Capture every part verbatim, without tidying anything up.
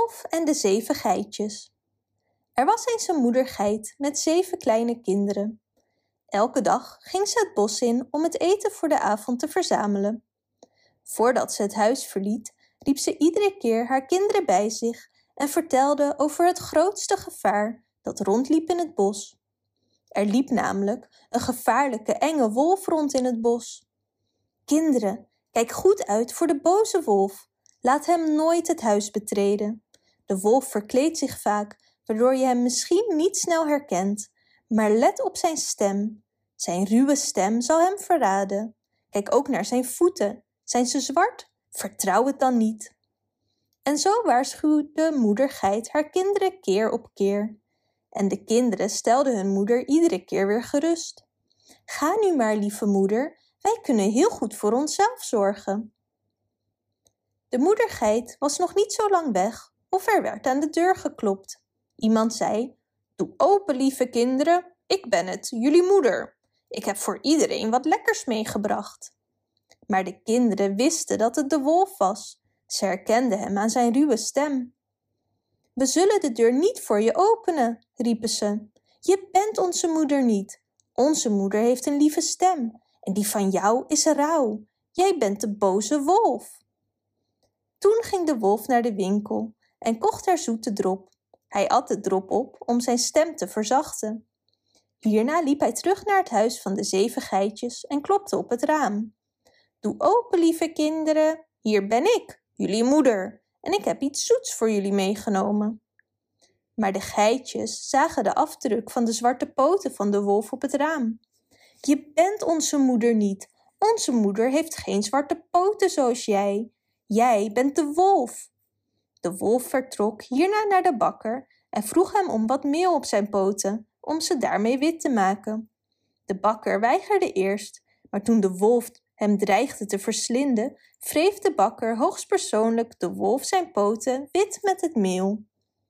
wolf en de zeven geitjes. Er was eens een moeder geit met zeven kleine kinderen. Elke dag ging ze het bos in om het eten voor de avond te verzamelen. Voordat ze het huis verliet, riep ze iedere keer haar kinderen bij zich en vertelde over het grootste gevaar dat rondliep in het bos. Er liep namelijk een gevaarlijke, enge wolf rond in het bos. Kinderen, kijk goed uit voor de boze wolf. Laat hem nooit het huis betreden. De wolf verkleedt zich vaak, waardoor je hem misschien niet snel herkent. Maar let op zijn stem. Zijn ruwe stem zal hem verraden. Kijk ook naar zijn voeten. Zijn ze zwart? Vertrouw het dan niet. En zo waarschuwde moeder geit haar kinderen keer op keer. En de kinderen stelden hun moeder iedere keer weer gerust. Ga nu maar, lieve moeder, wij kunnen heel goed voor onszelf zorgen. De moedergeit was nog niet zo lang weg of er werd aan de deur geklopt. Iemand zei, doe open, lieve kinderen, ik ben het, jullie moeder. Ik heb voor iedereen wat lekkers meegebracht. Maar de kinderen wisten dat het de wolf was. Ze herkenden hem aan zijn ruwe stem. We zullen de deur niet voor je openen, riepen ze. Je bent onze moeder niet. Onze moeder heeft een lieve stem en die van jou is rauw. Jij bent de boze wolf. Toen ging de wolf naar de winkel en kocht haar zoete drop. Hij at de drop op om zijn stem te verzachten. Hierna liep hij terug naar het huis van de zeven geitjes en klopte op het raam. Doe open, lieve kinderen, hier ben ik, jullie moeder, en ik heb iets zoets voor jullie meegenomen. Maar de geitjes zagen de afdruk van de zwarte poten van de wolf op het raam. Je bent onze moeder niet. Onze moeder heeft geen zwarte poten zoals jij. Jij bent de wolf. De wolf vertrok hierna naar de bakker en vroeg hem om wat meel op zijn poten, om ze daarmee wit te maken. De bakker weigerde eerst, maar toen de wolf hem dreigde te verslinden, wreef de bakker hoogstpersoonlijk de wolf zijn poten wit met het meel.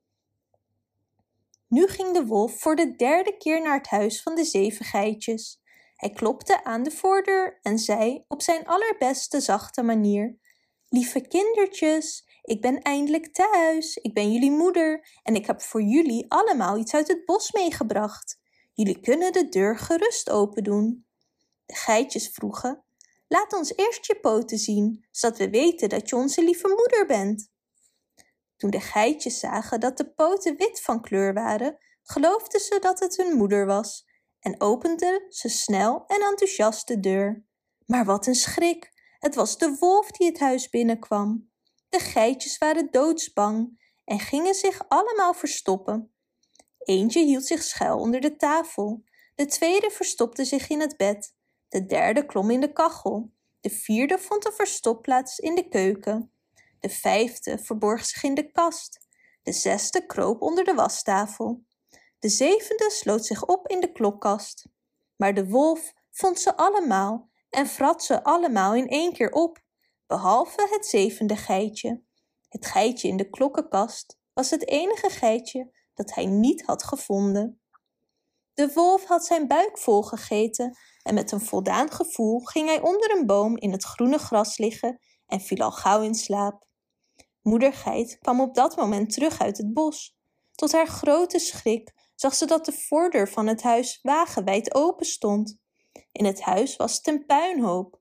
Nu ging de wolf voor de derde keer naar het huis van de zeven geitjes. Hij klopte aan de voordeur en zei op zijn allerbeste zachte manier: Lieve kindertjes, ik ben eindelijk thuis. Ik ben jullie moeder en ik heb voor jullie allemaal iets uit het bos meegebracht. Jullie kunnen de deur gerust open doen. De geitjes vroegen: Laat ons eerst je poten zien, zodat we weten dat je onze lieve moeder bent. Toen de geitjes zagen dat de poten wit van kleur waren, geloofden ze dat het hun moeder was en openden ze snel en enthousiast de deur. Maar wat een schrik! Het was de wolf die het huis binnenkwam. De geitjes waren doodsbang en gingen zich allemaal verstoppen. Eentje hield zich schuil onder de tafel. De tweede verstopte zich in het bed. De derde klom in de kachel. De vierde vond een verstopplaats in de keuken. De vijfde verborg zich in de kast. De zesde kroop onder de wastafel. De zevende sloot zich op in de klokkast. Maar de wolf vond ze allemaal en vrat ze allemaal in één keer op, behalve het zevende geitje. Het geitje in de klokkenkast was het enige geitje dat hij niet had gevonden. De wolf had zijn buik vol gegeten en met een voldaan gevoel ging hij onder een boom in het groene gras liggen en viel al gauw in slaap. Moeder geit kwam op dat moment terug uit het bos. Tot haar grote schrik zag ze dat de voordeur van het huis wagenwijd open stond. In het huis was het een puinhoop.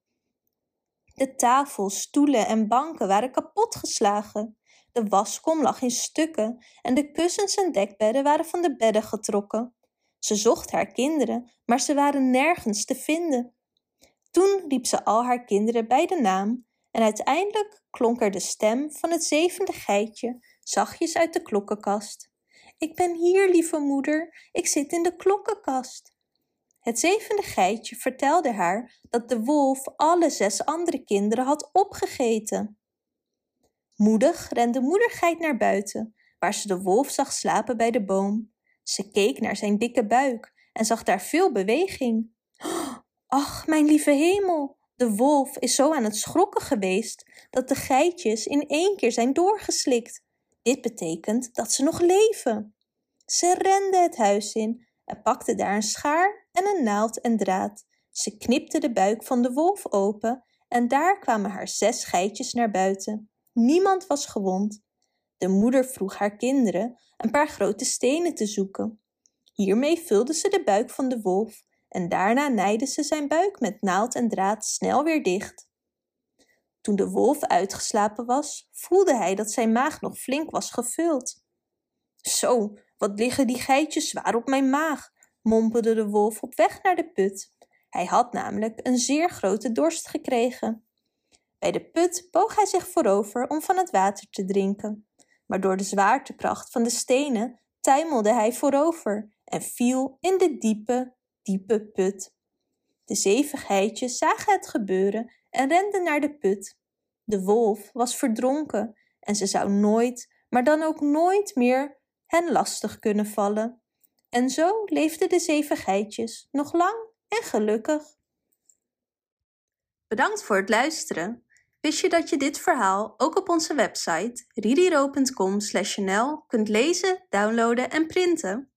De tafel, stoelen en banken waren kapotgeslagen. De waskom lag in stukken en de kussens en dekbedden waren van de bedden getrokken. Ze zocht haar kinderen, maar ze waren nergens te vinden. Toen riep ze al haar kinderen bij de naam en uiteindelijk klonk er de stem van het zevende geitje zachtjes uit de klokkenkast. Ik ben hier, lieve moeder, ik zit in de klokkenkast. Het zevende geitje vertelde haar dat de wolf alle zes andere kinderen had opgegeten. Moedig rende moedergeit naar buiten, waar ze de wolf zag slapen bij de boom. Ze keek naar zijn dikke buik en zag daar veel beweging. Ach, mijn lieve hemel, de wolf is zo aan het schrokken geweest dat de geitjes in één keer zijn doorgeslikt. Dit betekent dat ze nog leven. Ze rende het huis in en pakte daar een schaar en een naald en draad. Ze knipte de buik van de wolf open en daar kwamen haar zes geitjes naar buiten. Niemand was gewond. De moeder vroeg haar kinderen een paar grote stenen te zoeken. Hiermee vulden ze de buik van de wolf en daarna naaiden ze zijn buik met naald en draad snel weer dicht. Toen de wolf uitgeslapen was, voelde hij dat zijn maag nog flink was gevuld. Zo, wat liggen die geitjes zwaar op mijn maag, mompelde de wolf op weg naar de put. Hij had namelijk een zeer grote dorst gekregen. Bij de put boog hij zich voorover om van het water te drinken. Maar door de zwaartekracht van de stenen tuimelde hij voorover en viel in de diepe, diepe put. De zeven geitjes zagen het gebeuren en renden naar de put. De wolf was verdronken en ze zou nooit, maar dan ook nooit meer hen lastig kunnen vallen. En zo leefden de zeven geitjes nog lang en gelukkig. Bedankt voor het luisteren. Wist je dat je dit verhaal ook op onze website ririro punt com slash n l kunt lezen, downloaden en printen?